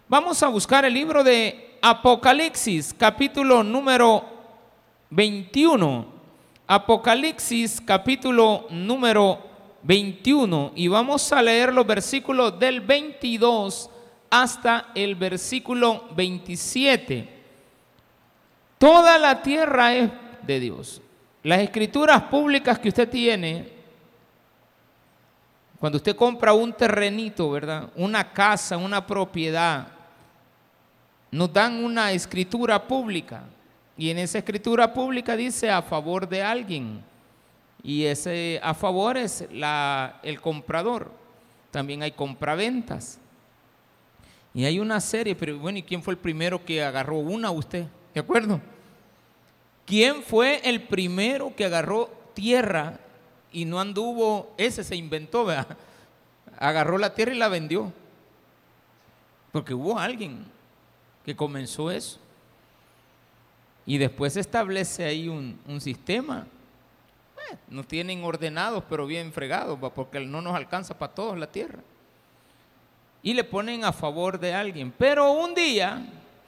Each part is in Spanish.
Vamos a buscar el libro de Apocalipsis, capítulo número 21. Apocalipsis, capítulo número 21. Y vamos a leer los versículos del 22 hasta el versículo 27. Toda la tierra es de Dios. Las escrituras públicas que usted tiene, cuando usted compra un terrenito, ¿verdad? Una casa, una propiedad, nos dan una escritura pública. Y en esa escritura pública dice a favor de alguien. Y ese a favor es el comprador. También hay compraventas. Y hay una serie, pero bueno, ¿y quién fue el primero que agarró una usted? ¿De acuerdo? ¿Quién fue el primero que agarró tierra y no anduvo? Ese se inventó, ¿verdad? Agarró la tierra y la vendió. Porque hubo alguien que comenzó eso. Y después se establece ahí un sistema. Nos tienen ordenados, pero bien fregados, porque no nos alcanza para todos la tierra. Y le ponen a favor de alguien. Pero un día,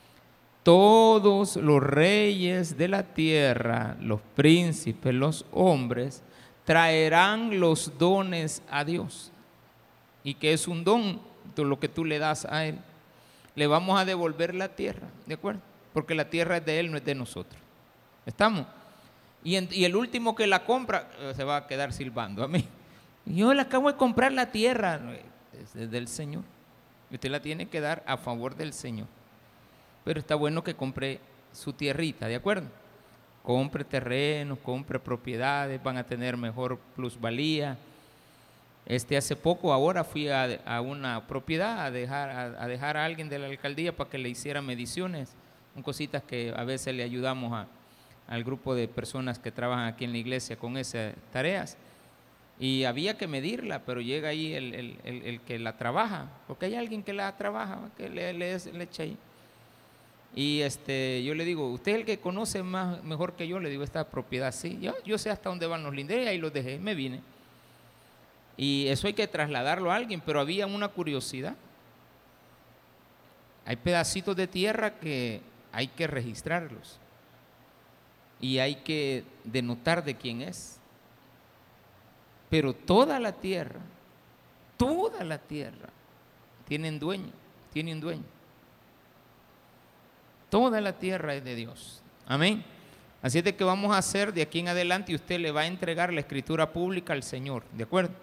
todos los reyes de la tierra, los príncipes, los hombres, traerán los dones a Dios. ¿Y qué es un don? Lo que tú le das a Él. Le vamos a devolver la tierra, ¿de acuerdo? Porque la tierra es de Él, no es de nosotros. ¿Estamos? Y el último que la compra se va a quedar silbando a mí. Yo le acabo de comprar la tierra. Es del Señor. Usted la tiene que dar a favor del Señor. Pero está bueno que compre su tierrita, ¿de acuerdo? Compre terrenos, compre propiedades, van a tener mejor plusvalía. Hace poco, ahora fui a una propiedad a dejar a alguien de la alcaldía para que le hiciera mediciones. Son cositas que a veces le ayudamos al grupo de personas que trabajan aquí en la iglesia con esas tareas. Y había que medirla, pero llega ahí el que la trabaja, porque hay alguien que la trabaja, que le echa ahí. Y yo le digo, usted es el que conoce mejor que yo, le digo, esta propiedad, sí. Yo sé hasta dónde van los linderos y ahí los dejé, me vine. Y eso hay que trasladarlo a alguien, pero había una curiosidad. Hay pedacitos de tierra que hay que registrarlos y hay que denotar de quién es. Pero toda la tierra tiene un dueño. Toda la tierra es de Dios. Amén. Así es de que vamos a hacer de aquí en adelante y usted le va a entregar la escritura pública al Señor, ¿de acuerdo?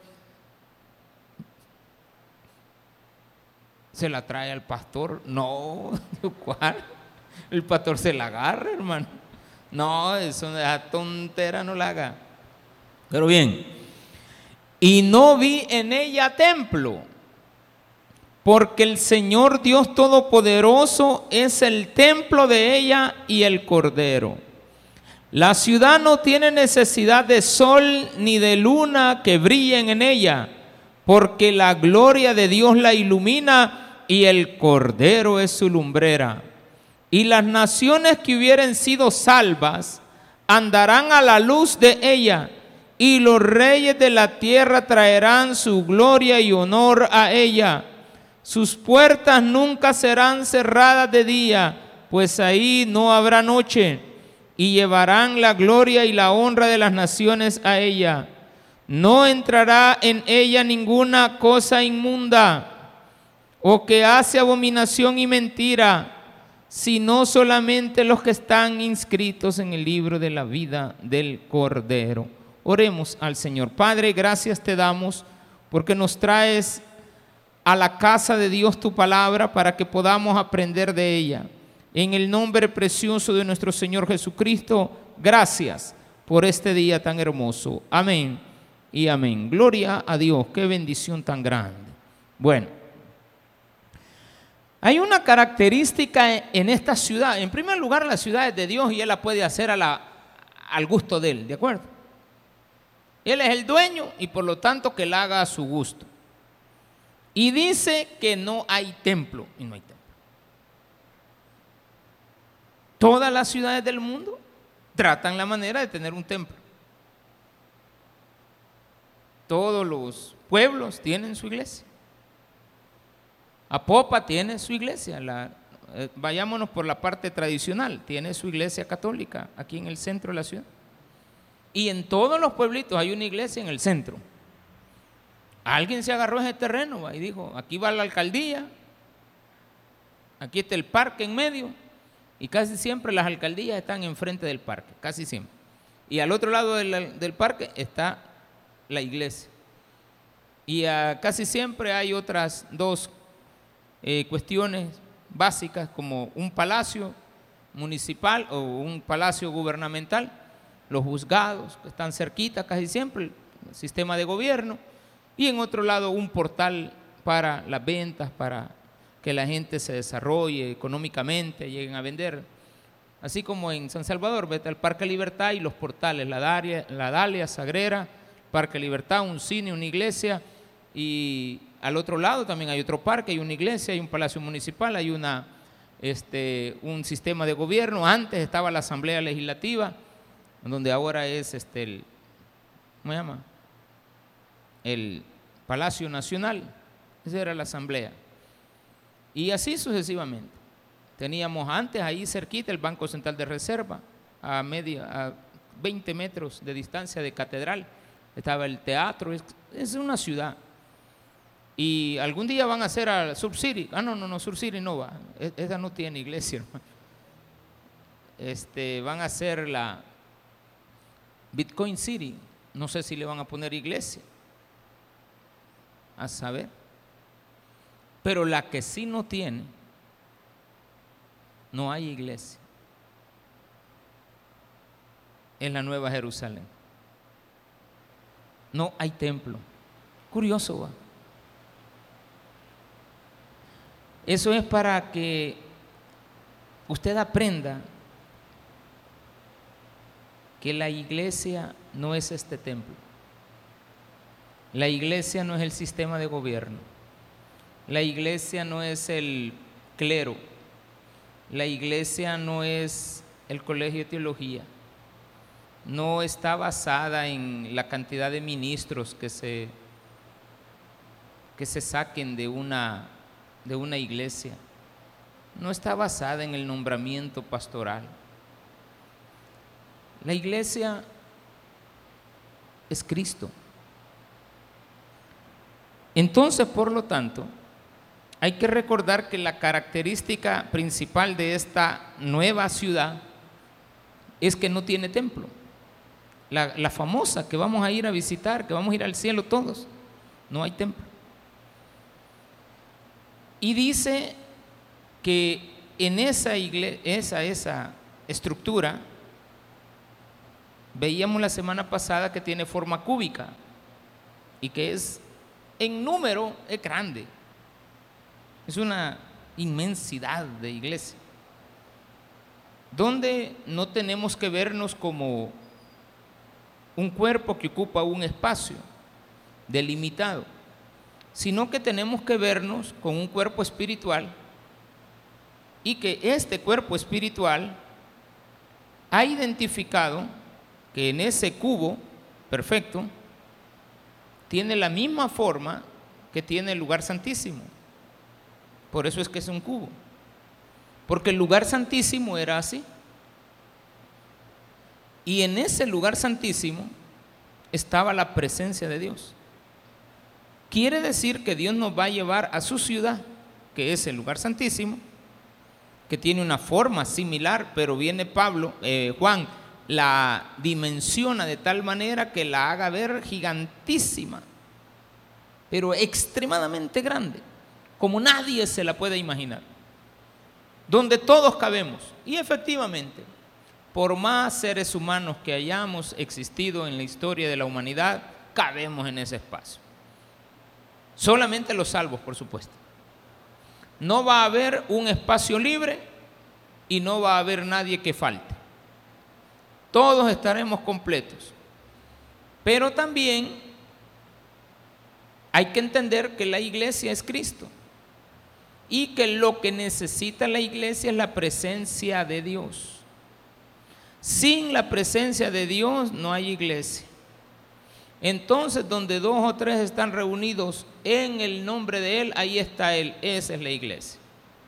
¿Se la trae al pastor? No, ¿cuál? El pastor se la agarra, hermano. No, esa tontera no la haga. Pero bien, y no vi en ella templo, porque el Señor Dios Todopoderoso es el templo de ella y el Cordero. La ciudad no tiene necesidad de sol ni de luna que brillen en ella, porque la gloria de Dios la ilumina y el Cordero es su lumbrera. Y las naciones que hubieren sido salvas andarán a la luz de ella, y los reyes de la tierra traerán su gloria y honor a ella. Sus puertas nunca serán cerradas de día, pues ahí no habrá noche, y llevarán la gloria y la honra de las naciones a ella. No entrará en ella ninguna cosa inmunda, o que hace abominación y mentira, sino solamente los que están inscritos en el libro de la vida del Cordero. Oremos al Señor. Padre, gracias te damos porque nos traes a la casa de Dios tu palabra para que podamos aprender de ella. En el nombre precioso de nuestro Señor Jesucristo, gracias por este día tan hermoso. Amén y amén. Gloria a Dios, qué bendición tan grande. Bueno, hay una característica en esta ciudad. En primer lugar, la ciudad es de Dios y Él la puede hacer al gusto de Él, ¿de acuerdo? Él es el dueño y por lo tanto que la haga a su gusto. Y dice que no hay templo, y no hay templo. Todas las ciudades del mundo tratan la manera de tener un templo. Todos los pueblos tienen su iglesia. Apopa tiene su iglesia, vayámonos por la parte tradicional, tiene su iglesia católica aquí en el centro de la ciudad. Y en todos los pueblitos hay una iglesia en el centro. Alguien se agarró ese terreno y dijo, aquí va la alcaldía, aquí está el parque en medio, y casi siempre las alcaldías están enfrente del parque, casi siempre. Y al otro lado del parque está la iglesia. Y casi siempre hay otras dos cuestiones básicas, como un palacio municipal o un palacio gubernamental, los juzgados que están cerquita casi siempre, el sistema de gobierno, y en otro lado un portal para las ventas, para que la gente se desarrolle económicamente, lleguen a vender. Así como en San Salvador, vete al Parque Libertad y los portales, la Dalia, Sagrera, Parque Libertad, un cine, una iglesia, y al otro lado también hay otro parque, hay una iglesia, hay un palacio municipal, hay un sistema de gobierno. Antes estaba la Asamblea Legislativa, donde ahora es ¿cómo se llama? El Palacio Nacional. Esa era la Asamblea. Y así sucesivamente. Teníamos antes ahí cerquita el Banco Central de Reserva, a 20 metros de distancia de Catedral. Estaba el teatro, es una ciudad. Y algún día van a hacer a Sur City. No, Sur City no va. Esa no tiene iglesia, hermano. Van a hacer la Bitcoin City. No sé si le van a poner iglesia. A saber. Pero la que sí no tiene, no hay iglesia, en la Nueva Jerusalén. No hay templo. Curioso, ¿va? Eso es para que usted aprenda que la iglesia no es este templo. La iglesia no es el sistema de gobierno. La iglesia no es el clero. La iglesia no es el colegio de teología. No está basada en la cantidad de ministros que se saquen de una iglesia. No está basada en el nombramiento pastoral. La iglesia es Cristo. Entonces, por lo tanto, hay que recordar que la característica principal de esta nueva ciudad es que no tiene templo. La famosa que vamos a ir a visitar, que vamos a ir al cielo todos, no hay templo. Y dice que en esa estructura, veíamos la semana pasada que tiene forma cúbica y que en número es grande. Es una inmensidad de iglesia, donde no tenemos que vernos como un cuerpo que ocupa un espacio delimitado, sino que tenemos que vernos con un cuerpo espiritual, y que este cuerpo espiritual ha identificado que en ese cubo perfecto tiene la misma forma que tiene el lugar santísimo. Por eso es que es un cubo, porque el lugar santísimo era así. Y en ese lugar santísimo estaba la presencia de Dios. Quiere decir que Dios nos va a llevar a su ciudad, que es el lugar santísimo, que tiene una forma similar, pero viene Juan la dimensiona de tal manera que la haga ver gigantísima, pero extremadamente grande, como nadie se la puede imaginar, donde todos cabemos. Y efectivamente, por más seres humanos que hayamos existido en la historia de la humanidad, cabemos en ese espacio. Solamente los salvos, por supuesto. No va a haber un espacio libre y no va a haber nadie que falte. Todos estaremos completos. Pero también hay que entender que la iglesia es Cristo y que lo que necesita la iglesia es la presencia de Dios. Sin la presencia de Dios no hay iglesia. Entonces, donde 2 o 3 están reunidos en el nombre de Él, ahí está Él. Esa es la iglesia.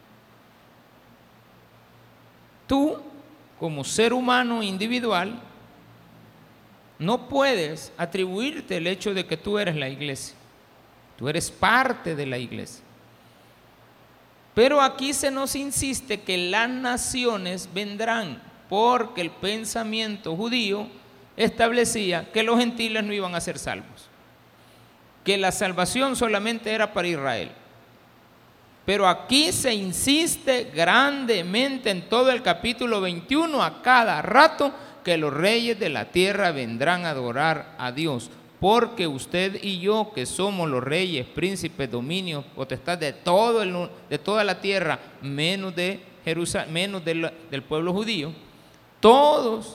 Tú, como ser humano individual, no puedes atribuirte el hecho de que tú eres la iglesia. Tú eres parte de la iglesia. Pero aquí se nos insiste que las naciones vendrán, porque el pensamiento judío establecía que los gentiles no iban a ser salvos, que la salvación solamente era para Israel. Pero aquí se insiste grandemente en todo el capítulo 21, a cada rato, que los reyes de la tierra vendrán a adorar a Dios, porque usted y yo, que somos los reyes, príncipes, dominios, potestad de toda la tierra, menos de Jerusalén, menos del pueblo judío, todos,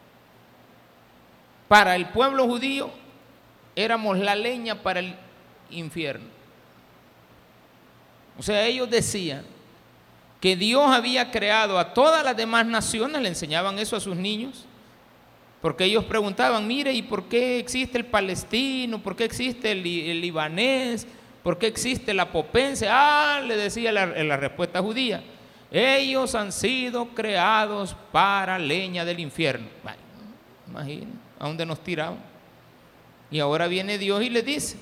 para el pueblo judío, éramos la leña para el infierno. O sea, ellos decían que Dios había creado a todas las demás naciones, le enseñaban eso a sus niños, porque ellos preguntaban, mire, ¿y por qué existe el palestino? ¿Por qué existe el libanés? ¿Por qué existe la popense? Le decía la respuesta judía, ellos han sido creados para leña del infierno. Bueno, imagínense a dónde nos tiraban. Y ahora viene Dios y les dice,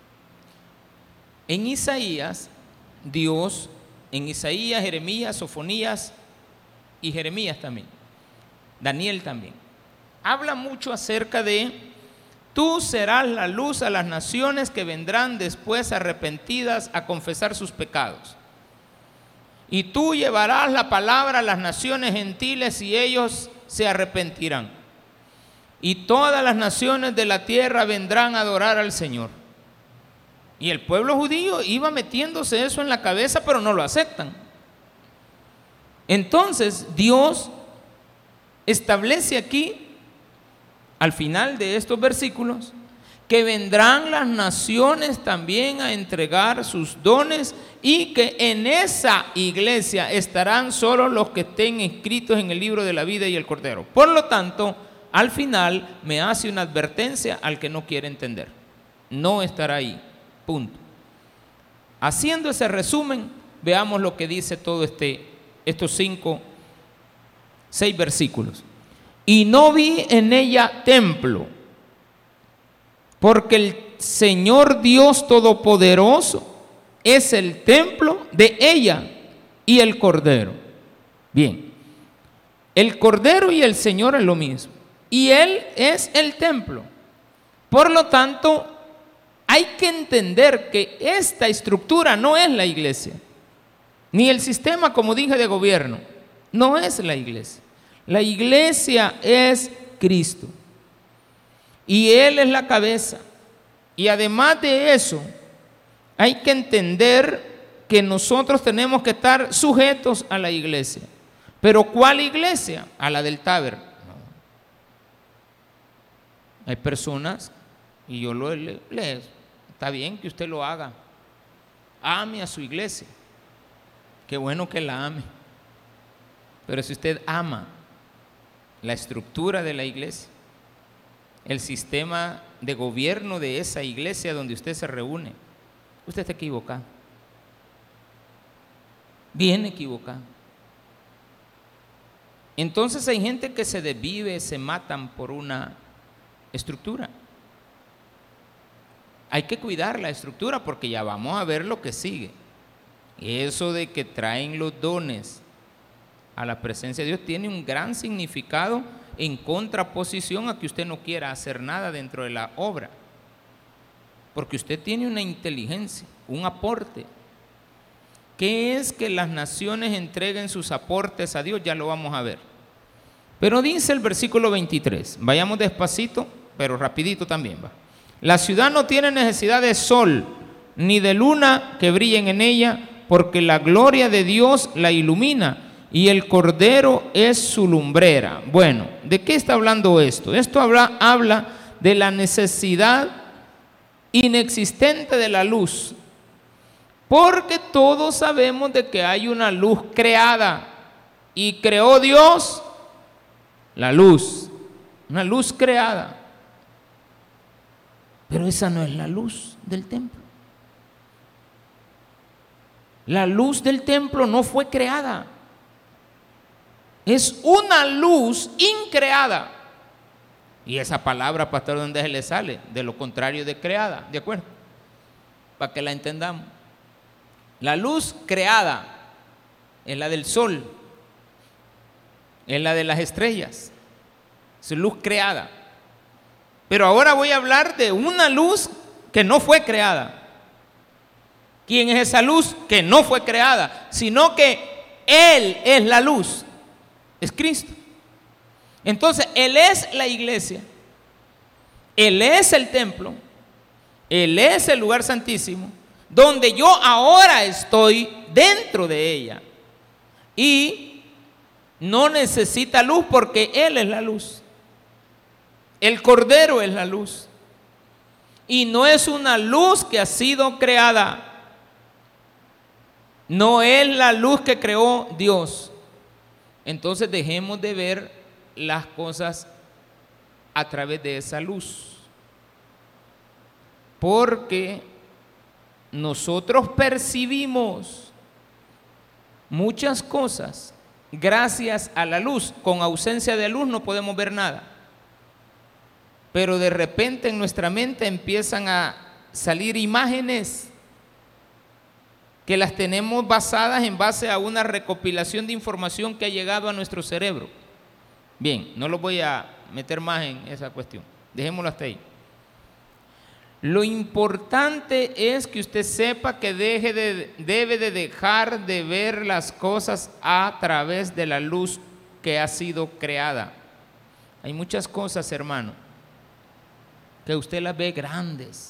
en Isaías, Dios, en Isaías, Jeremías, Sofonías y Jeremías también, Daniel también, habla mucho acerca de: tú serás la luz a las naciones que vendrán después arrepentidas a confesar sus pecados. Y tú llevarás la palabra a las naciones gentiles y ellos se arrepentirán. Y todas las naciones de la tierra vendrán a adorar al Señor. Y el pueblo judío iba metiéndose eso en la cabeza, pero no lo aceptan. Entonces Dios establece aquí, al final de estos versículos, que vendrán las naciones también a entregar sus dones y que en esa iglesia estarán solo los que estén inscritos en el libro de la vida y el Cordero. Por lo tanto, al final me hace una advertencia al que no quiere entender. No estará ahí. Punto. Haciendo ese resumen, veamos lo que dice todo estos 6 versículos. Y no vi en ella templo, porque el Señor Dios Todopoderoso es el templo de ella y el Cordero. Bien, el Cordero y el Señor es lo mismo, y Él es el templo. Por lo tanto, hay que entender que esta estructura no es la iglesia, ni el sistema, como dije, de gobierno, no es la iglesia. La iglesia es Cristo y Él es la cabeza. Y además de eso, hay que entender que nosotros tenemos que estar sujetos a la iglesia. ¿Pero cuál iglesia? A la del Taber. Hay personas, y yo lo leo, está bien que usted lo haga, ame a su iglesia, qué bueno que la ame, pero si usted ama la estructura de la iglesia, el sistema de gobierno de esa iglesia donde usted se reúne, usted está equivocado, bien equivocado. Entonces hay gente que se desvive, se matan por una estructura. Hay que cuidar la estructura porque ya vamos a ver lo que sigue. Eso de que traen los dones a la presencia de Dios tiene un gran significado en contraposición a que usted no quiera hacer nada dentro de la obra, porque usted tiene una inteligencia, un aporte. ¿Qué es que las naciones entreguen sus aportes a Dios? Ya lo vamos a ver. Pero dice el versículo 23, vayamos despacito, pero rapidito también va. La ciudad no tiene necesidad de sol, ni de luna que brillen en ella, porque la gloria de Dios la ilumina, y el Cordero es su lumbrera. Bueno, ¿de qué está hablando esto? Esto habla de la necesidad inexistente de la luz, porque todos sabemos de que hay una luz creada, y creó Dios la luz, una luz creada. Pero esa no es la luz del templo. La luz del templo no fue creada. Es una luz increada. Y esa palabra, pastor, ¿de dónde se le sale? De lo contrario de creada, ¿de acuerdo? Para que la entendamos. La luz creada es la del sol, es la de las estrellas, es luz creada. Pero ahora voy a hablar de una luz que no fue creada. ¿Quién es esa luz que no fue creada? Sino que Él es la luz, es Cristo. Entonces, Él es la iglesia, Él es el templo, Él es el lugar santísimo, donde yo ahora estoy dentro de ella. Y no necesita luz porque Él es la luz. El Cordero es la luz. Y no es una luz que ha sido creada. No es la luz que creó Dios. Entonces dejemos de ver las cosas a través de esa luz. Porque nosotros percibimos muchas cosas gracias a la luz. Con ausencia de luz no podemos ver nada. Pero de repente en nuestra mente empiezan a salir imágenes que las tenemos basadas en base a una recopilación de información que ha llegado a nuestro cerebro. Bien, no lo voy a meter más en esa cuestión. Dejémoslo hasta ahí. Lo importante es que usted sepa que debe de dejar de ver las cosas a través de la luz que ha sido creada. Hay muchas cosas, hermano, que usted las ve grandes,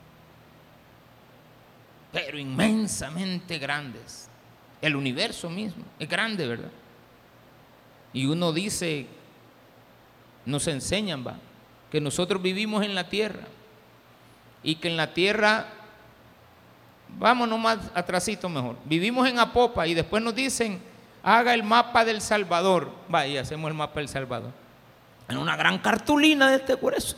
pero inmensamente grandes. El universo mismo es grande, ¿verdad? Y uno dice, nos enseñan, que nosotros vivimos en la tierra y que en la tierra, vámonos más atrasito mejor, vivimos en Apopa y después nos dicen, haga el mapa del Salvador. Y hacemos el mapa del Salvador en una gran cartulina de este grueso.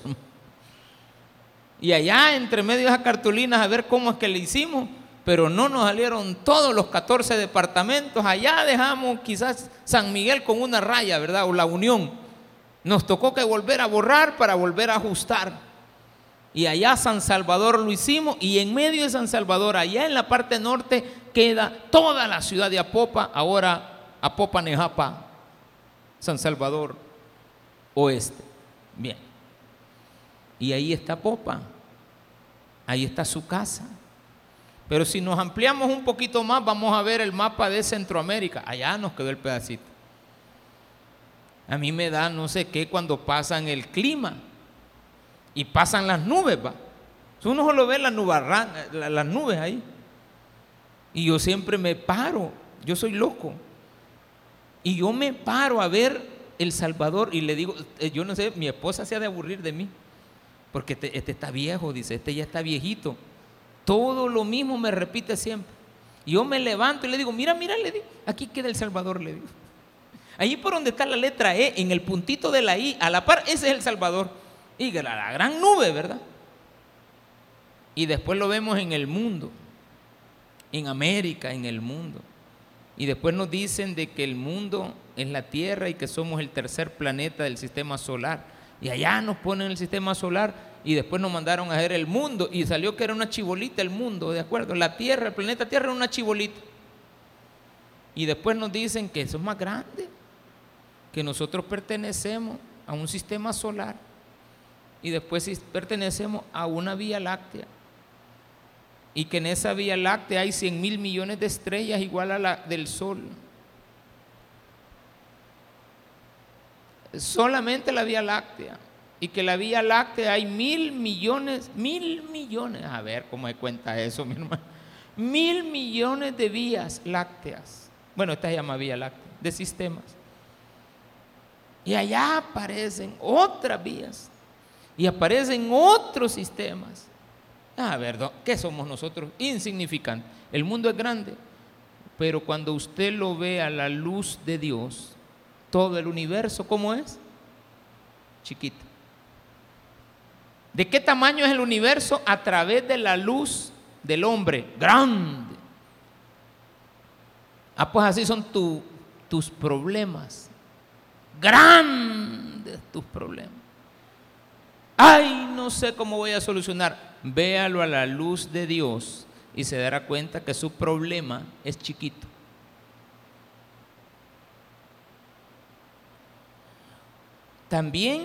Y allá entre medio de esas cartulinas a ver cómo es que le hicimos, pero no nos salieron todos los 14 departamentos. Allá dejamos quizás San Miguel con una raya, ¿verdad? O La Unión. Nos tocó que volver a borrar para volver a ajustar. Y allá San Salvador lo hicimos, y en medio de San Salvador, allá en la parte norte, queda toda la ciudad de Apopa, ahora Apopa Nejapa, San Salvador Oeste. Bien. Y ahí está Apopa, ahí está su casa. Pero si nos ampliamos un poquito más, vamos a ver el mapa de Centroamérica. Allá nos quedó el pedacito. A mí me da no sé qué cuando pasan el clima y pasan las nubes, Uno solo ve las nubes ahí. Y yo siempre me paro, yo soy loco. Y yo me paro a ver El Salvador y le digo, yo no sé, mi esposa se ha de aburrir de mí. Porque este está viejo, dice, este ya está viejito. Todo lo mismo me repite siempre. Y yo me levanto y le digo, mira, le digo, aquí queda El Salvador, le digo. Allí por donde está la letra E, en el puntito de la I, a la par, ese es El Salvador. Y la gran nube, ¿verdad? Y después lo vemos en el mundo, en América, en el mundo. Y después nos dicen de que el mundo es la Tierra y que somos el tercer planeta del sistema solar. Y allá nos ponen el sistema solar y después nos mandaron a ver el mundo y salió que era una chibolita el mundo, ¿de acuerdo? La Tierra, el planeta Tierra era una chibolita. Y después nos dicen que eso es más grande, que nosotros pertenecemos a un sistema solar y después pertenecemos a una Vía Láctea. Y que en esa Vía Láctea hay 100,000 millones de estrellas igual a la del Sol. Solamente la Vía Láctea. Y que la Vía Láctea hay 1,000 millones, a ver cómo se cuenta eso, mi hermano. 1,000 millones de vías lácteas. Bueno, esta se llama Vía Láctea, de sistemas. Y allá aparecen otras vías. Y aparecen otros sistemas. A ver, ¿qué somos nosotros? Insignificantes. El mundo es grande, pero cuando usted lo ve a la luz de Dios, todo el universo, ¿cómo es? Chiquito. ¿De qué tamaño es el universo? A través de la luz del hombre, grande. Pues así son tus problemas, grandes tus problemas. Ay, no sé cómo voy a solucionar. Véalo a la luz de Dios y se dará cuenta que su problema es chiquito. También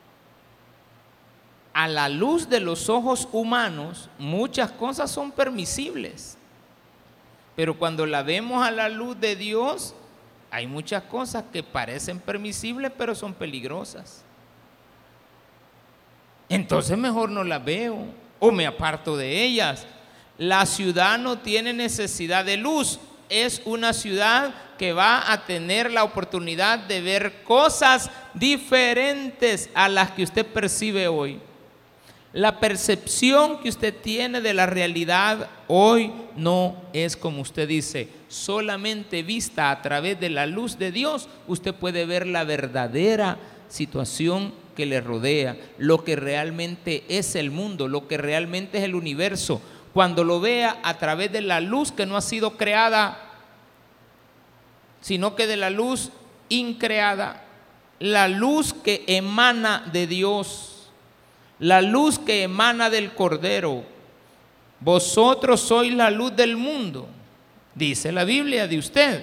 a la luz de los ojos humanos muchas cosas son permisibles, pero cuando la vemos a la luz de Dios hay muchas cosas que parecen permisibles pero son peligrosas. Entonces mejor no las veo o me aparto de ellas. La ciudad no tiene necesidad de luz, es una ciudad que va a tener la oportunidad de ver cosas diferentes a las que usted percibe hoy. La percepción que usted tiene de la realidad hoy no es como usted dice. Solamente vista a través de la luz de Dios, usted puede ver la verdadera situación que le rodea, lo que realmente es el mundo, lo que realmente es el universo. Cuando lo vea a través de la luz que no ha sido creada, sino que de la luz increada, la luz que emana de Dios, la luz que emana del Cordero. Vosotros sois la luz del mundo, dice la Biblia de usted.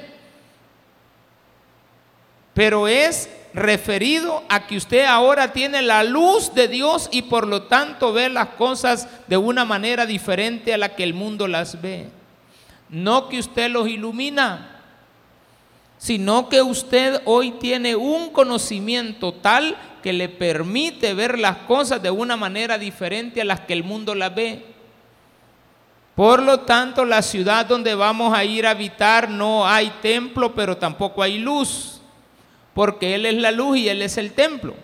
Pero es referido a que usted ahora tiene la luz de Dios y por lo tanto ve las cosas de una manera diferente a la que el mundo las ve. No que usted los ilumina, sino que usted hoy tiene un conocimiento tal que le permite ver las cosas de una manera diferente a las que el mundo las ve. Por lo tanto, la ciudad donde vamos a ir a habitar no hay templo, pero tampoco hay luz, porque Él es la luz y Él es el templo.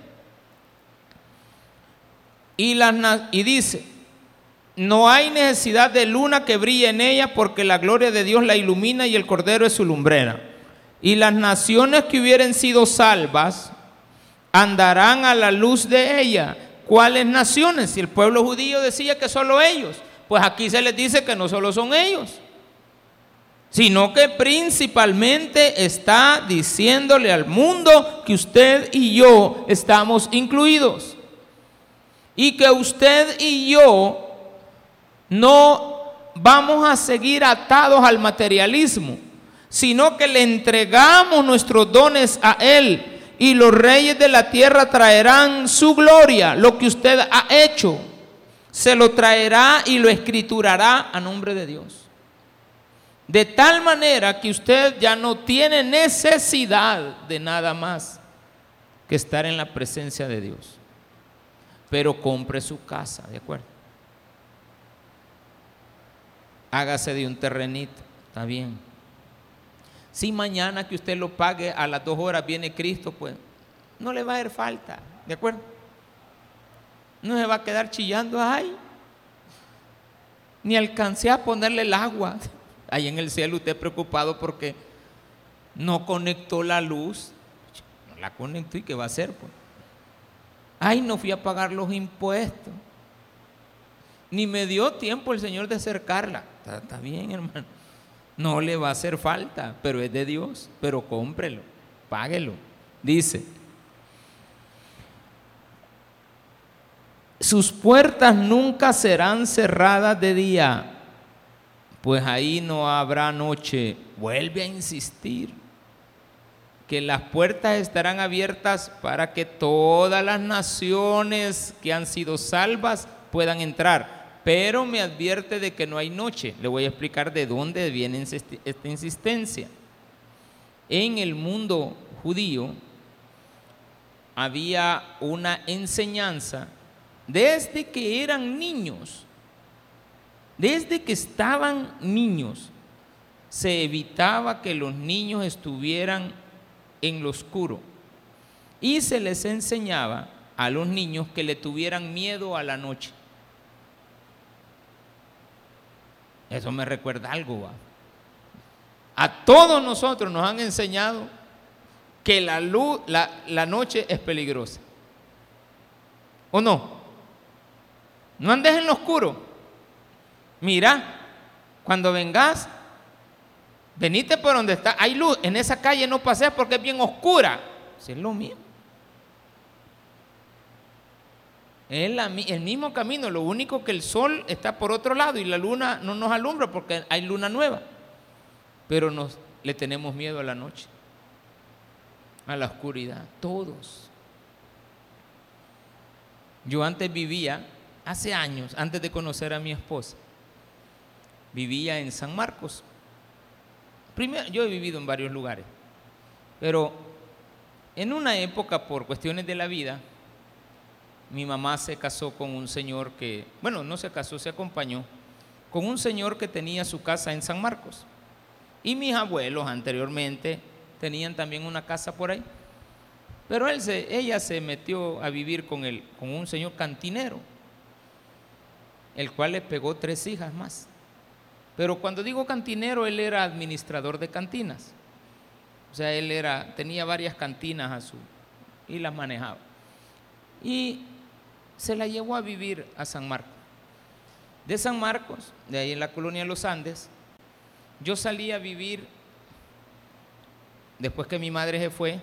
Y dice, no hay necesidad de luna que brille en ella, porque la gloria de Dios la ilumina y el Cordero es su lumbrera. Y las naciones que hubieren sido salvas andarán a la luz de ella. ¿Cuáles naciones? Si el pueblo judío decía que solo ellos, pues aquí se les dice que no solo son ellos, sino que principalmente está diciéndole al mundo que usted y yo estamos incluidos, y que usted y yo no vamos a seguir atados al materialismo, sino que le entregamos nuestros dones a Él, y los reyes de la tierra traerán su gloria. Lo que usted ha hecho se lo traerá y lo escriturará a nombre de Dios, de tal manera que usted ya no tiene necesidad de nada más que estar en la presencia de Dios. Pero compre su casa, ¿de acuerdo? Hágase de un terrenito, está bien. Si mañana que usted lo pague a las 2 horas viene Cristo, pues no le va a hacer falta, ¿de acuerdo? No se va a quedar chillando, ay, ni alcancé a ponerle el agua. Ahí en el cielo usted preocupado porque no conectó la luz. No la conectó, ¿y qué va a hacer, pues? Ay, no fui a pagar los impuestos, ni me dio tiempo el Señor de acercarla. Está bien, hermano, no le va a hacer falta, pero es de Dios. Pero cómprelo, páguelo. Dice, sus puertas nunca serán cerradas de día, pues ahí no habrá noche. Vuelve a insistir que las puertas estarán abiertas para que todas las naciones que han sido salvas puedan entrar. Pero me advierte de que no hay noche. Le voy a explicar de dónde viene esta insistencia. En el mundo judío había una enseñanza desde que eran niños, desde que estaban niños, se evitaba que los niños estuvieran en lo oscuro y se les enseñaba a los niños que le tuvieran miedo a la noche. Eso me recuerda algo, ¿va? A todos nosotros nos han enseñado que la luz, la noche es peligrosa, ¿o no? No andes en lo oscuro. Mira, cuando vengas, venite por donde está, hay luz. En esa calle no pases porque es bien oscura. Si es lo mismo. Es el mismo camino, lo único que el sol está por otro lado y la luna no nos alumbra porque hay luna nueva. Pero le tenemos miedo a la noche, a la oscuridad, todos. Yo antes vivía, hace años, antes de conocer a mi esposa, vivía en San Marcos. Primero, yo he vivido en varios lugares, pero en una época, por cuestiones de la vida, mi mamá se casó con un señor que, bueno, no se casó, se acompañó con un señor que tenía su casa en San Marcos. Y mis abuelos anteriormente tenían también una casa por ahí. Pero ella se metió a vivir con un señor cantinero, el cual le pegó 3 hijas más. Pero cuando digo cantinero, él era administrador de cantinas. O sea, tenía varias cantinas y las manejaba. Y se la llevó a vivir a San Marcos. De San Marcos, de ahí en la colonia Los Andes, yo salí a vivir, después que mi madre se fue,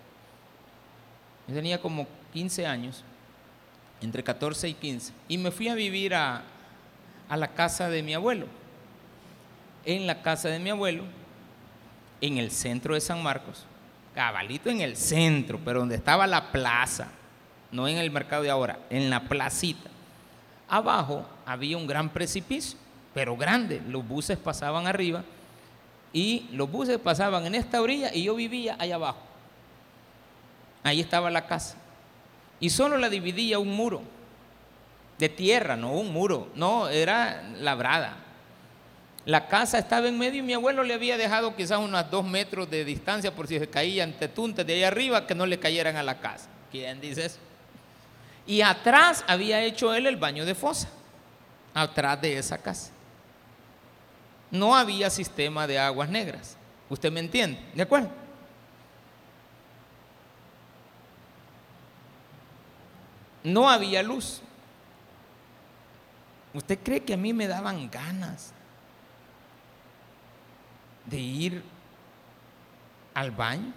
yo tenía como 15 años, entre 14 y 15, y me fui a vivir a la casa de mi abuelo. En la casa de mi abuelo, en el centro de San Marcos, cabalito en el centro, pero donde estaba la plaza, no en el mercado de ahora, en la placita. Abajo había un gran precipicio, pero grande. Los buses pasaban arriba y los buses pasaban en esta orilla y yo vivía allá abajo. Ahí estaba la casa. Y solo la dividía un muro de tierra, no un muro, no, era labrada. La casa estaba en medio y mi abuelo le había dejado quizás unos 2 metros de distancia por si se caían tetuntes de ahí arriba que no le cayeran a la casa. ¿Quién dice eso? Y atrás había hecho él el baño de fosa, atrás de esa casa. No había sistema de aguas negras. ¿Usted me entiende? ¿De acuerdo? No había luz. ¿Usted cree que a mí me daban ganas de ir al baño?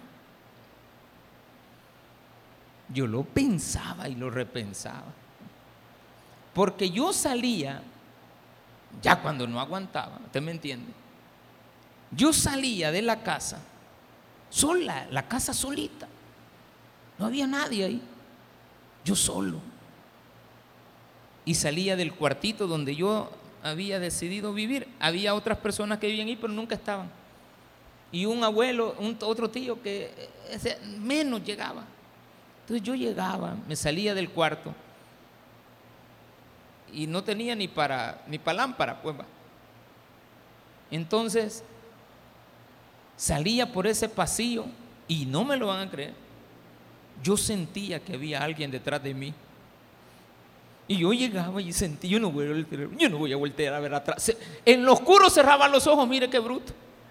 Yo lo pensaba y lo repensaba, porque yo salía ya cuando no aguantaba. ¿Usted me entiende? Yo salía de la casa sola, la casa solita, no había nadie ahí, yo solo, y salía del cuartito donde yo había decidido vivir. Había otras personas que vivían ahí pero nunca estaban, y un abuelo, otro tío que menos llegaba. Entonces yo llegaba, me salía del cuarto y no tenía ni para lámpara, pues va. Entonces salía por ese pasillo y no me lo van a creer, yo sentía que había alguien detrás de mí. Y yo llegaba y sentí, yo no voy a voltear a ver atrás. En lo oscuro cerraba los ojos, mire qué bruto.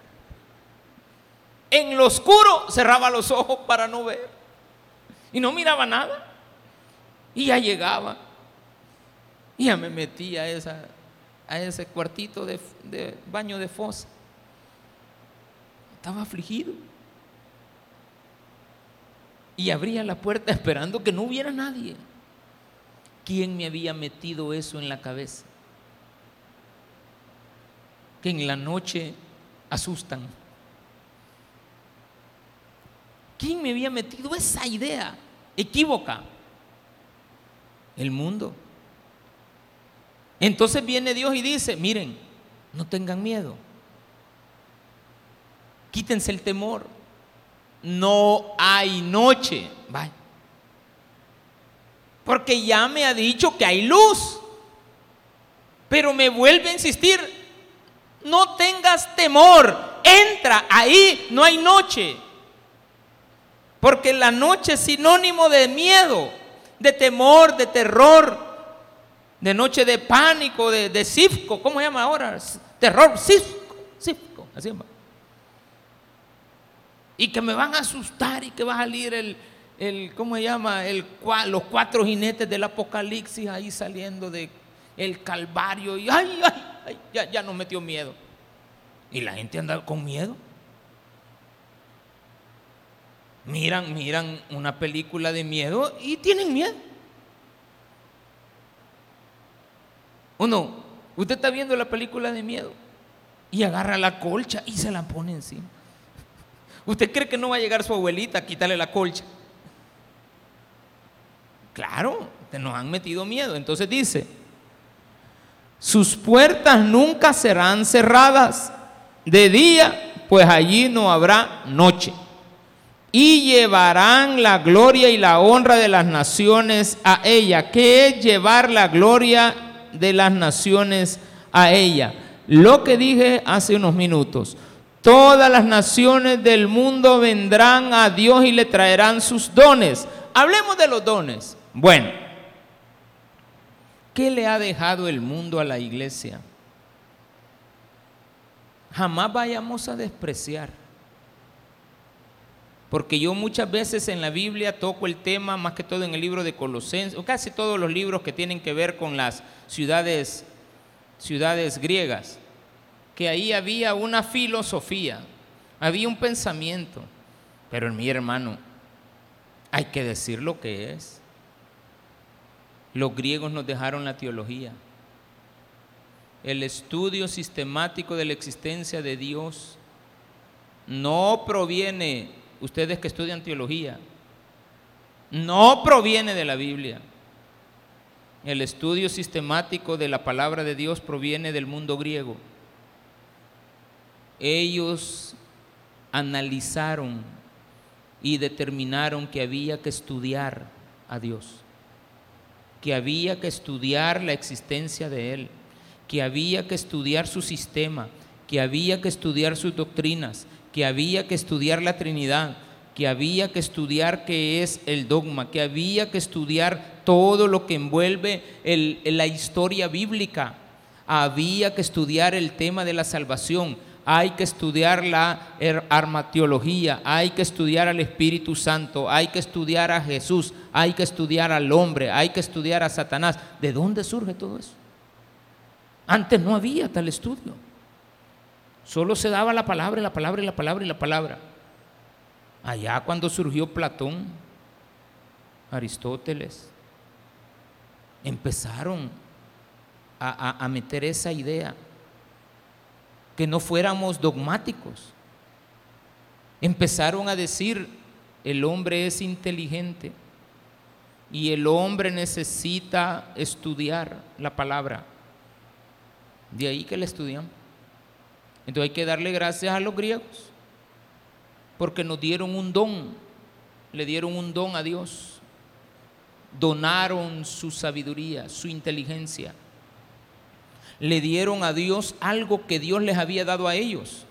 En lo oscuro cerraba los ojos para no ver. Y no miraba nada. Y ya llegaba. Y ya me metí a ese cuartito de baño de fosa. Estaba afligido. Y abría la puerta esperando que no hubiera nadie. ¿Quién me había metido eso en la cabeza? Que en la noche asustan. ¿Quién me había metido esa idea equívoca? El mundo. Entonces viene Dios y dice: miren, no tengan miedo, quítense el temor, no hay noche. Vaya. Porque ya me ha dicho que hay luz, pero me vuelve a insistir: no tengas temor, entra, ahí no hay noche. Porque la noche es sinónimo de miedo, de temor, de terror, de noche de pánico, de cifco. ¿Cómo se llama ahora? Terror, cifco, así llama. Y que me van a asustar y que va a salir ¿cómo se llama? Los 4 jinetes del Apocalipsis ahí saliendo el Calvario, y ay, ay, ay, ya nos metió miedo. Y la gente anda con miedo. Miran una película de miedo y tienen miedo. Usted está viendo la película de miedo y agarra la colcha y se la pone encima. ¿Usted cree que no va a llegar su abuelita a quitarle la colcha? Claro, nos han metido miedo. Entonces dice: sus puertas nunca serán cerradas de día, pues allí no habrá noche. Y llevarán la gloria y la honra de las naciones a ella. ¿Qué es llevar la gloria de las naciones a ella? Lo que dije hace unos minutos. Todas las naciones del mundo vendrán a Dios y le traerán sus dones. Hablemos de los dones. Bueno, ¿qué le ha dejado el mundo a la iglesia? Jamás vayamos a despreciar. Porque yo muchas veces en la Biblia toco el tema, más que todo en el libro de Colosenses, o casi todos los libros que tienen que ver con las ciudades griegas, que ahí había una filosofía, había un pensamiento. Pero mi hermano, hay que decir lo que es. Los griegos nos dejaron la teología, el estudio sistemático de la existencia de Dios. No proviene, ustedes que estudian teología, no proviene de la Biblia. El estudio sistemático de la palabra de Dios proviene del mundo griego. Ellos analizaron y determinaron que había que estudiar a Dios, que había que estudiar la existencia de Él, que había que estudiar su sistema, que había que estudiar sus doctrinas, que había que estudiar la Trinidad, que había que estudiar qué es el dogma, que había que estudiar todo lo que envuelve la historia bíblica, había que estudiar el tema de la salvación, hay que estudiar la armateología, hay que estudiar al Espíritu Santo, hay que estudiar a Jesús, hay que estudiar al hombre, hay que estudiar a Satanás. ¿De dónde surge todo eso? Antes no había tal estudio. Solo se daba la palabra, y la palabra, y la palabra, y la palabra. Allá cuando surgió Platón, Aristóteles, empezaron a meter esa idea, que no fuéramos dogmáticos. Empezaron a decir: el hombre es inteligente y el hombre necesita estudiar la palabra. De ahí que la estudiamos. Entonces hay que darle gracias a los griegos, porque nos dieron un don, le dieron un don a Dios, donaron su sabiduría, su inteligencia, le dieron a Dios algo que Dios les había dado a ellos,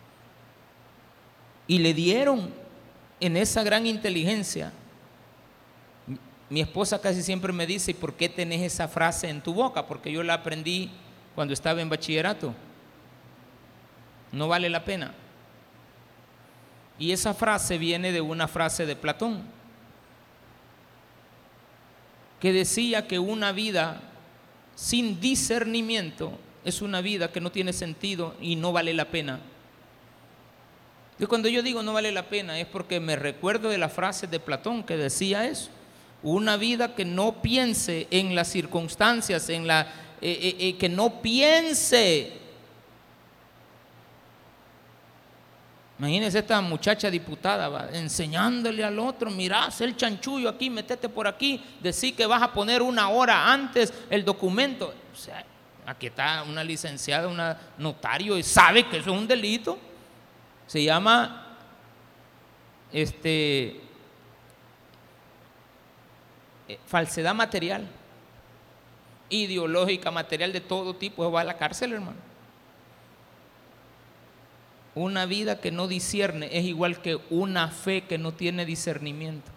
y le dieron en esa gran inteligencia. Mi esposa casi siempre me dice: ¿y por qué tenés esa frase en tu boca? Porque yo la aprendí cuando estaba en bachillerato. No vale la pena. Y esa frase viene de una frase de Platón, que decía que una vida sin discernimiento es una vida que no tiene sentido y no vale la pena. Y cuando yo digo no vale la pena, es porque me recuerdo de la frase de Platón que decía eso: una vida que no piense en las circunstancias, que no piense. Imagínense esta muchacha diputada, enseñándole al otro: mirá, haz el chanchullo aquí, metete por aquí, decí que vas a poner 1 hora antes el documento. O sea, aquí está una licenciada, una notario, y sabe que eso es un delito. Se llama falsedad material, ideológica, material de todo tipo. Va a la cárcel, hermano. Una vida que no discierne es igual que una fe que no tiene discernimiento.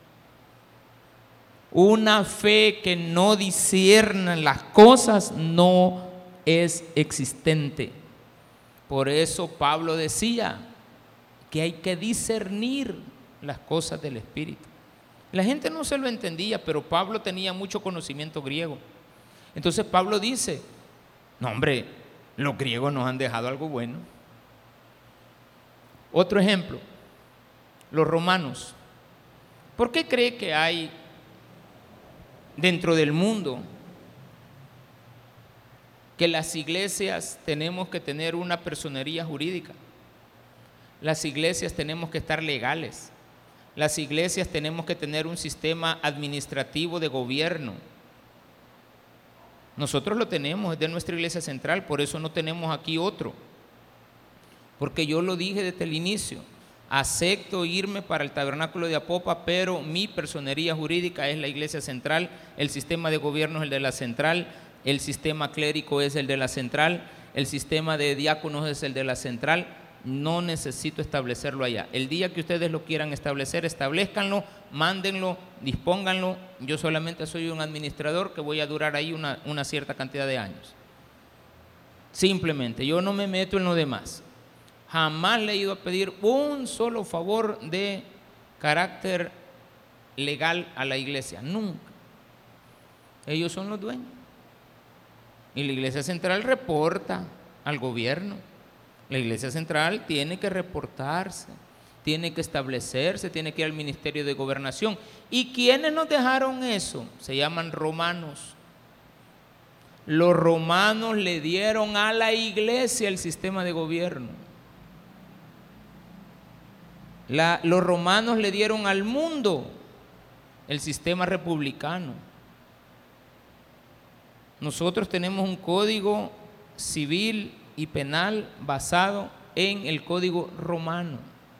Una fe que no discierne las cosas no es existente. Por eso Pablo decía que hay que discernir las cosas del Espíritu. La gente no se lo entendía, pero Pablo tenía mucho conocimiento griego. Entonces Pablo dice, no hombre, los griegos nos han dejado algo bueno. Otro ejemplo, los romanos. ¿Por qué cree que hay dentro del mundo que las iglesias tenemos que tener una personería jurídica? Las iglesias tenemos que estar legales. Las iglesias tenemos que tener un sistema administrativo de gobierno. Nosotros lo tenemos, es de nuestra iglesia central, por eso no tenemos aquí otro. Porque yo lo dije desde el inicio, acepto irme para el tabernáculo de Apopa, pero mi personería jurídica es la iglesia central, el sistema de gobierno es el de la central, el sistema clérigo es el de la central, el sistema de diáconos es el de la central. No necesito establecerlo allá. El día que ustedes lo quieran establecer, establezcanlo, mándenlo, dispónganlo. Yo solamente soy un administrador que voy a durar ahí una cierta cantidad de años. Simplemente, yo no me meto en lo demás. Jamás le he ido a pedir un solo favor de carácter legal a la iglesia, nunca. Ellos son los dueños. Y la iglesia central reporta al gobierno. La iglesia central tiene que reportarse, tiene que establecerse, tiene que ir al ministerio de gobernación. ¿Y quiénes nos dejaron eso? Se llaman romanos. Los romanos le dieron a la iglesia el sistema de gobierno. Los romanos le dieron al mundo el sistema republicano. Nosotros tenemos un código civil y penal basado en el código romano.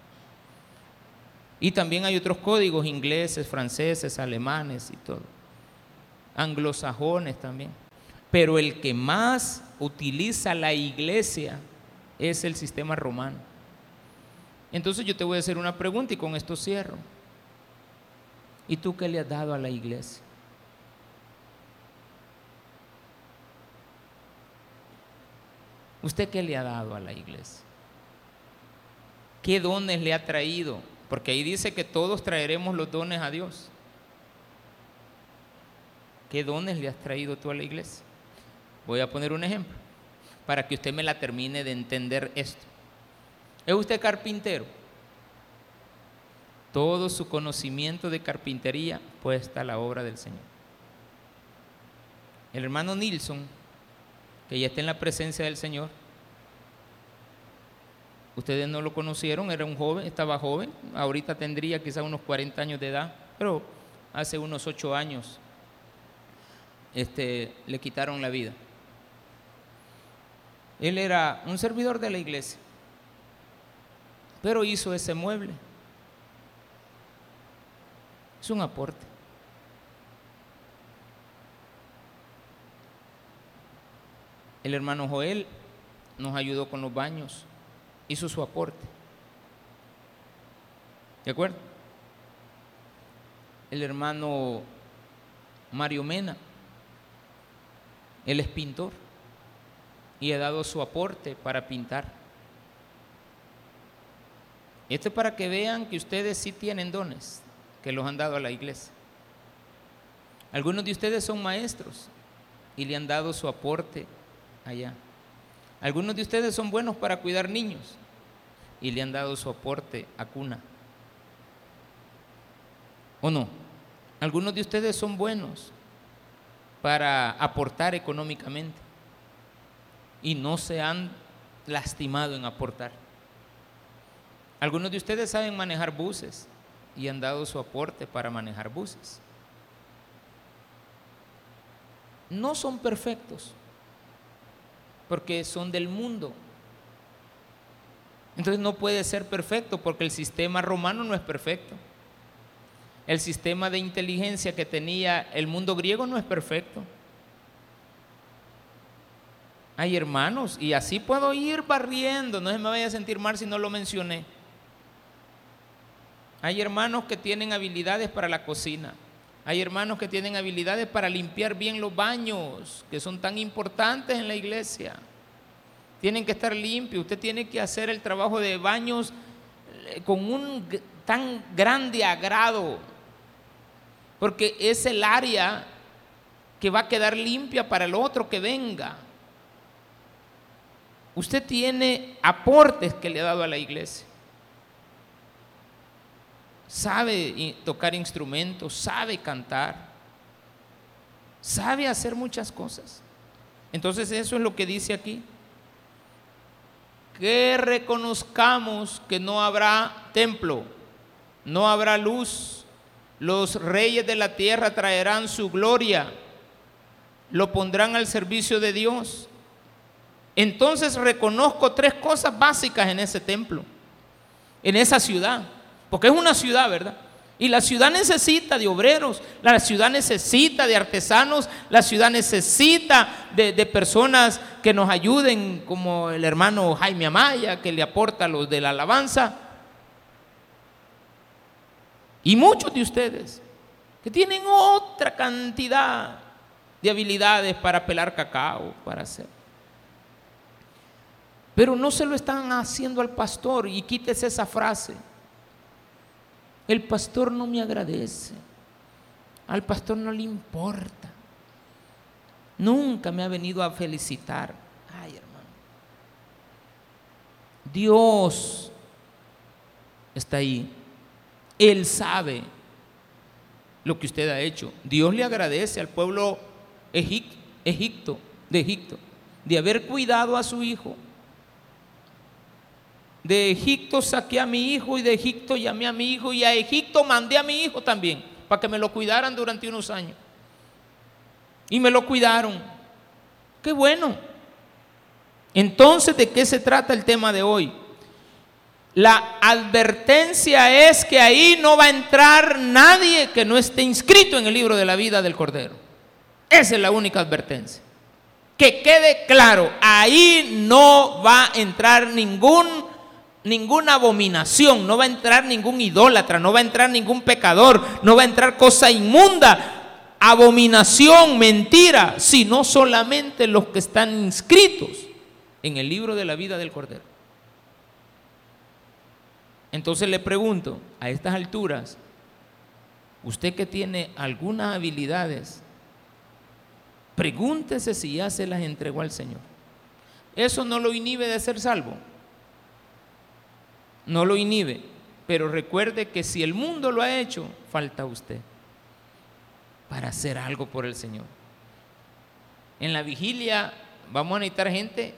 Y también hay otros códigos ingleses, franceses, alemanes y todo. Anglosajones también. Pero el que más utiliza la iglesia es el sistema romano. Entonces yo te voy a hacer una pregunta y con esto cierro. ¿Y tú qué le has dado a la iglesia? ¿Usted qué le ha dado a la iglesia? ¿Qué dones le ha traído? Porque ahí dice que todos traeremos los dones a Dios. ¿Qué dones le has traído tú a la iglesia? Voy a poner un ejemplo para que usted me la termine de entender esto. ¿Es usted carpintero? Todo su conocimiento de carpintería puesta a la obra del Señor. El hermano Nilsson, que ya está en la presencia del Señor, ustedes no lo conocieron, era un joven, estaba joven, ahorita tendría quizás unos 40 años de edad, pero hace unos 8 años le quitaron la vida. Él era un servidor de la iglesia, pero hizo ese mueble. Es un aporte. El hermano Joel nos ayudó con los baños, hizo su aporte. ¿De acuerdo? El hermano Mario Mena, él es pintor y ha dado su aporte para pintar. Esto es para que vean que ustedes sí tienen dones, que los han dado a la iglesia. Algunos de ustedes son maestros y le han dado su aporte allá. Algunos de ustedes son buenos para cuidar niños y le han dado su aporte a cuna. ¿O no? Algunos de ustedes son buenos para aportar económicamente y no se han lastimado en aportar. Algunos de ustedes saben manejar buses y han dado su aporte para manejar buses. No son perfectos, porque son del mundo. Entonces no puede ser perfecto porque el sistema romano no es perfecto. El sistema de inteligencia que tenía el mundo griego no es perfecto. Hay hermanos, y así puedo ir barriendo, no se me vaya a sentir mal si no lo mencioné. Hay hermanos que tienen habilidades para la cocina. Hay hermanos que tienen habilidades para limpiar bien los baños, que son tan importantes en la iglesia. Tienen que estar limpios. Usted tiene que hacer el trabajo de baños con un tan grande agrado, porque es el área que va a quedar limpia para el otro que venga. Usted tiene aportes que le ha dado a la iglesia. Sabe tocar instrumentos, sabe cantar, sabe hacer muchas cosas. Entonces eso es lo que dice aquí. Que reconozcamos que no habrá templo, no habrá luz. Los reyes de la tierra traerán su gloria, lo pondrán al servicio de Dios. Entonces reconozco 3 cosas básicas en ese templo, en esa ciudad, porque es una ciudad, ¿verdad? Y la ciudad necesita de obreros, la ciudad necesita de artesanos, la ciudad necesita de personas que nos ayuden, como el hermano Jaime Amaya, que le aporta a los de la alabanza. Y muchos de ustedes que tienen otra cantidad de habilidades para pelar cacao, para hacer. Pero no se lo están haciendo al pastor, y quítese esa frase. El pastor no me agradece, al pastor no le importa, nunca me ha venido a felicitar. Ay, hermano, Dios está ahí, Él sabe lo que usted ha hecho. Dios le agradece al pueblo de Egipto, de haber cuidado a su hijo. De Egipto saqué a mi hijo, y de Egipto llamé a mi hijo, y a Egipto mandé a mi hijo también para que me lo cuidaran durante unos años. Y me lo cuidaron. Qué bueno. Entonces, ¿de qué se trata el tema de hoy? La advertencia es que ahí no va a entrar nadie que no esté inscrito en el libro de la vida del Cordero. Esa es la única advertencia. Que quede claro, ahí no va a entrar ninguna abominación, no va a entrar ningún idólatra, no va a entrar ningún pecador, no va a entrar cosa inmunda, abominación, mentira, sino solamente los que están inscritos en el libro de la vida del Cordero. Entonces le pregunto, a estas alturas, usted que tiene algunas habilidades, pregúntese si ya se las entregó al Señor. Eso no lo inhibe de ser salvo, no lo inhibe, pero recuerde que si el mundo lo ha hecho, falta usted para hacer algo por el Señor. En la vigilia vamos a necesitar gente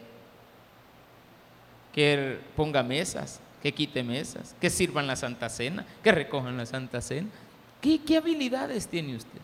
que ponga mesas, que quite mesas, que sirvan la Santa Cena, que recojan la Santa Cena. ¿Qué habilidades tiene usted?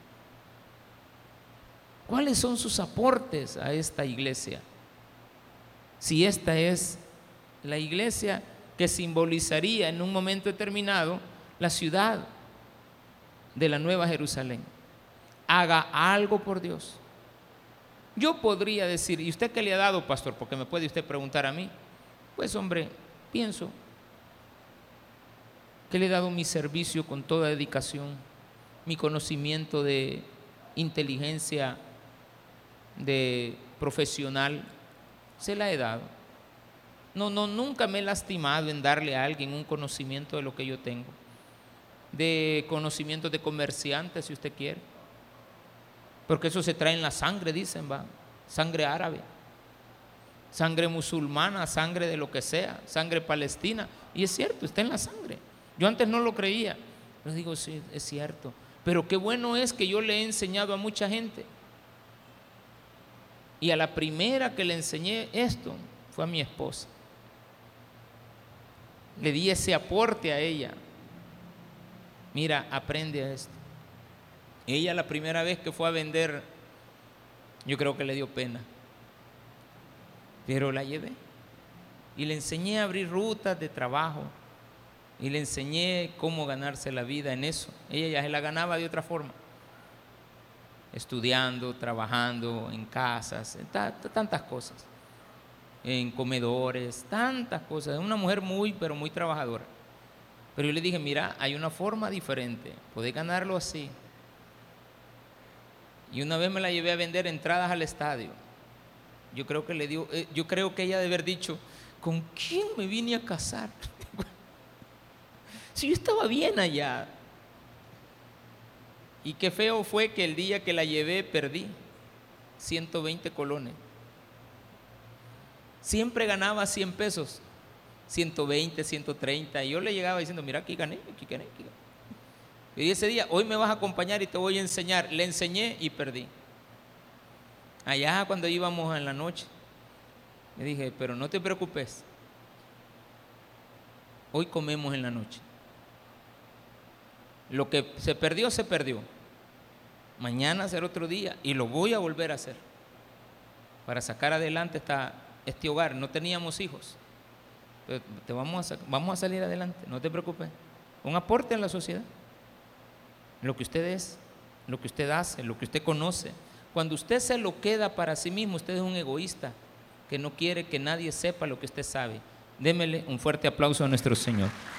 ¿Cuáles son sus aportes a esta iglesia? Si esta es la iglesia que simbolizaría en un momento determinado la ciudad de la Nueva Jerusalén. Haga algo por Dios. Yo podría decir, ¿y usted qué le ha dado, pastor? Porque me puede usted preguntar a mí. Pues hombre, pienso que le he dado mi servicio con toda dedicación, mi conocimiento de inteligencia de profesional, se la he dado. Nunca me he lastimado en darle a alguien un conocimiento de lo que yo tengo, de conocimientos de comerciante, si usted quiere, porque eso se trae en la sangre, dicen, va, sangre árabe, sangre musulmana, sangre de lo que sea, sangre palestina, y es cierto, está en la sangre. Yo antes no lo creía, pero digo, sí, es cierto, pero qué bueno es que yo le he enseñado a mucha gente, y a la primera que le enseñé esto fue a mi esposa. Le di ese aporte a ella. Mira, aprende a esto. Ella la primera vez que fue a vender, yo creo que le dio pena, pero la llevé y le enseñé a abrir rutas de trabajo y le enseñé cómo ganarse la vida en eso. Ella ya se la ganaba de otra forma, estudiando, trabajando en casas, tantas cosas, en comedores, tantas cosas. Es una mujer pero muy trabajadora. Pero yo le dije, mira, hay una forma diferente, podés ganarlo así. Y una vez me la llevé a vender entradas al estadio. Yo creo que ella debe haber dicho, ¿con quién me vine a casar? Si yo estaba bien allá. Y qué feo fue que el día que la llevé perdí. 120 colones. Siempre ganaba 100 pesos, 120, 130. Y yo le llegaba diciendo, mira, aquí gané, aquí gané, aquí gané. Y ese día, hoy me vas a acompañar y te voy a enseñar. Le enseñé y perdí. Allá cuando íbamos en la noche, le dije, pero no te preocupes, hoy comemos en la noche. Lo que se perdió, se perdió. Mañana será otro día y lo voy a volver a hacer para sacar adelante este hogar. No teníamos hijos, pero vamos a salir adelante, no te preocupes. Un aporte en la sociedad, lo que usted es, lo que usted hace, lo que usted conoce. Cuando usted se lo queda para sí mismo, usted es un egoísta que no quiere que nadie sepa lo que usted sabe. Démele un fuerte aplauso a nuestro Señor.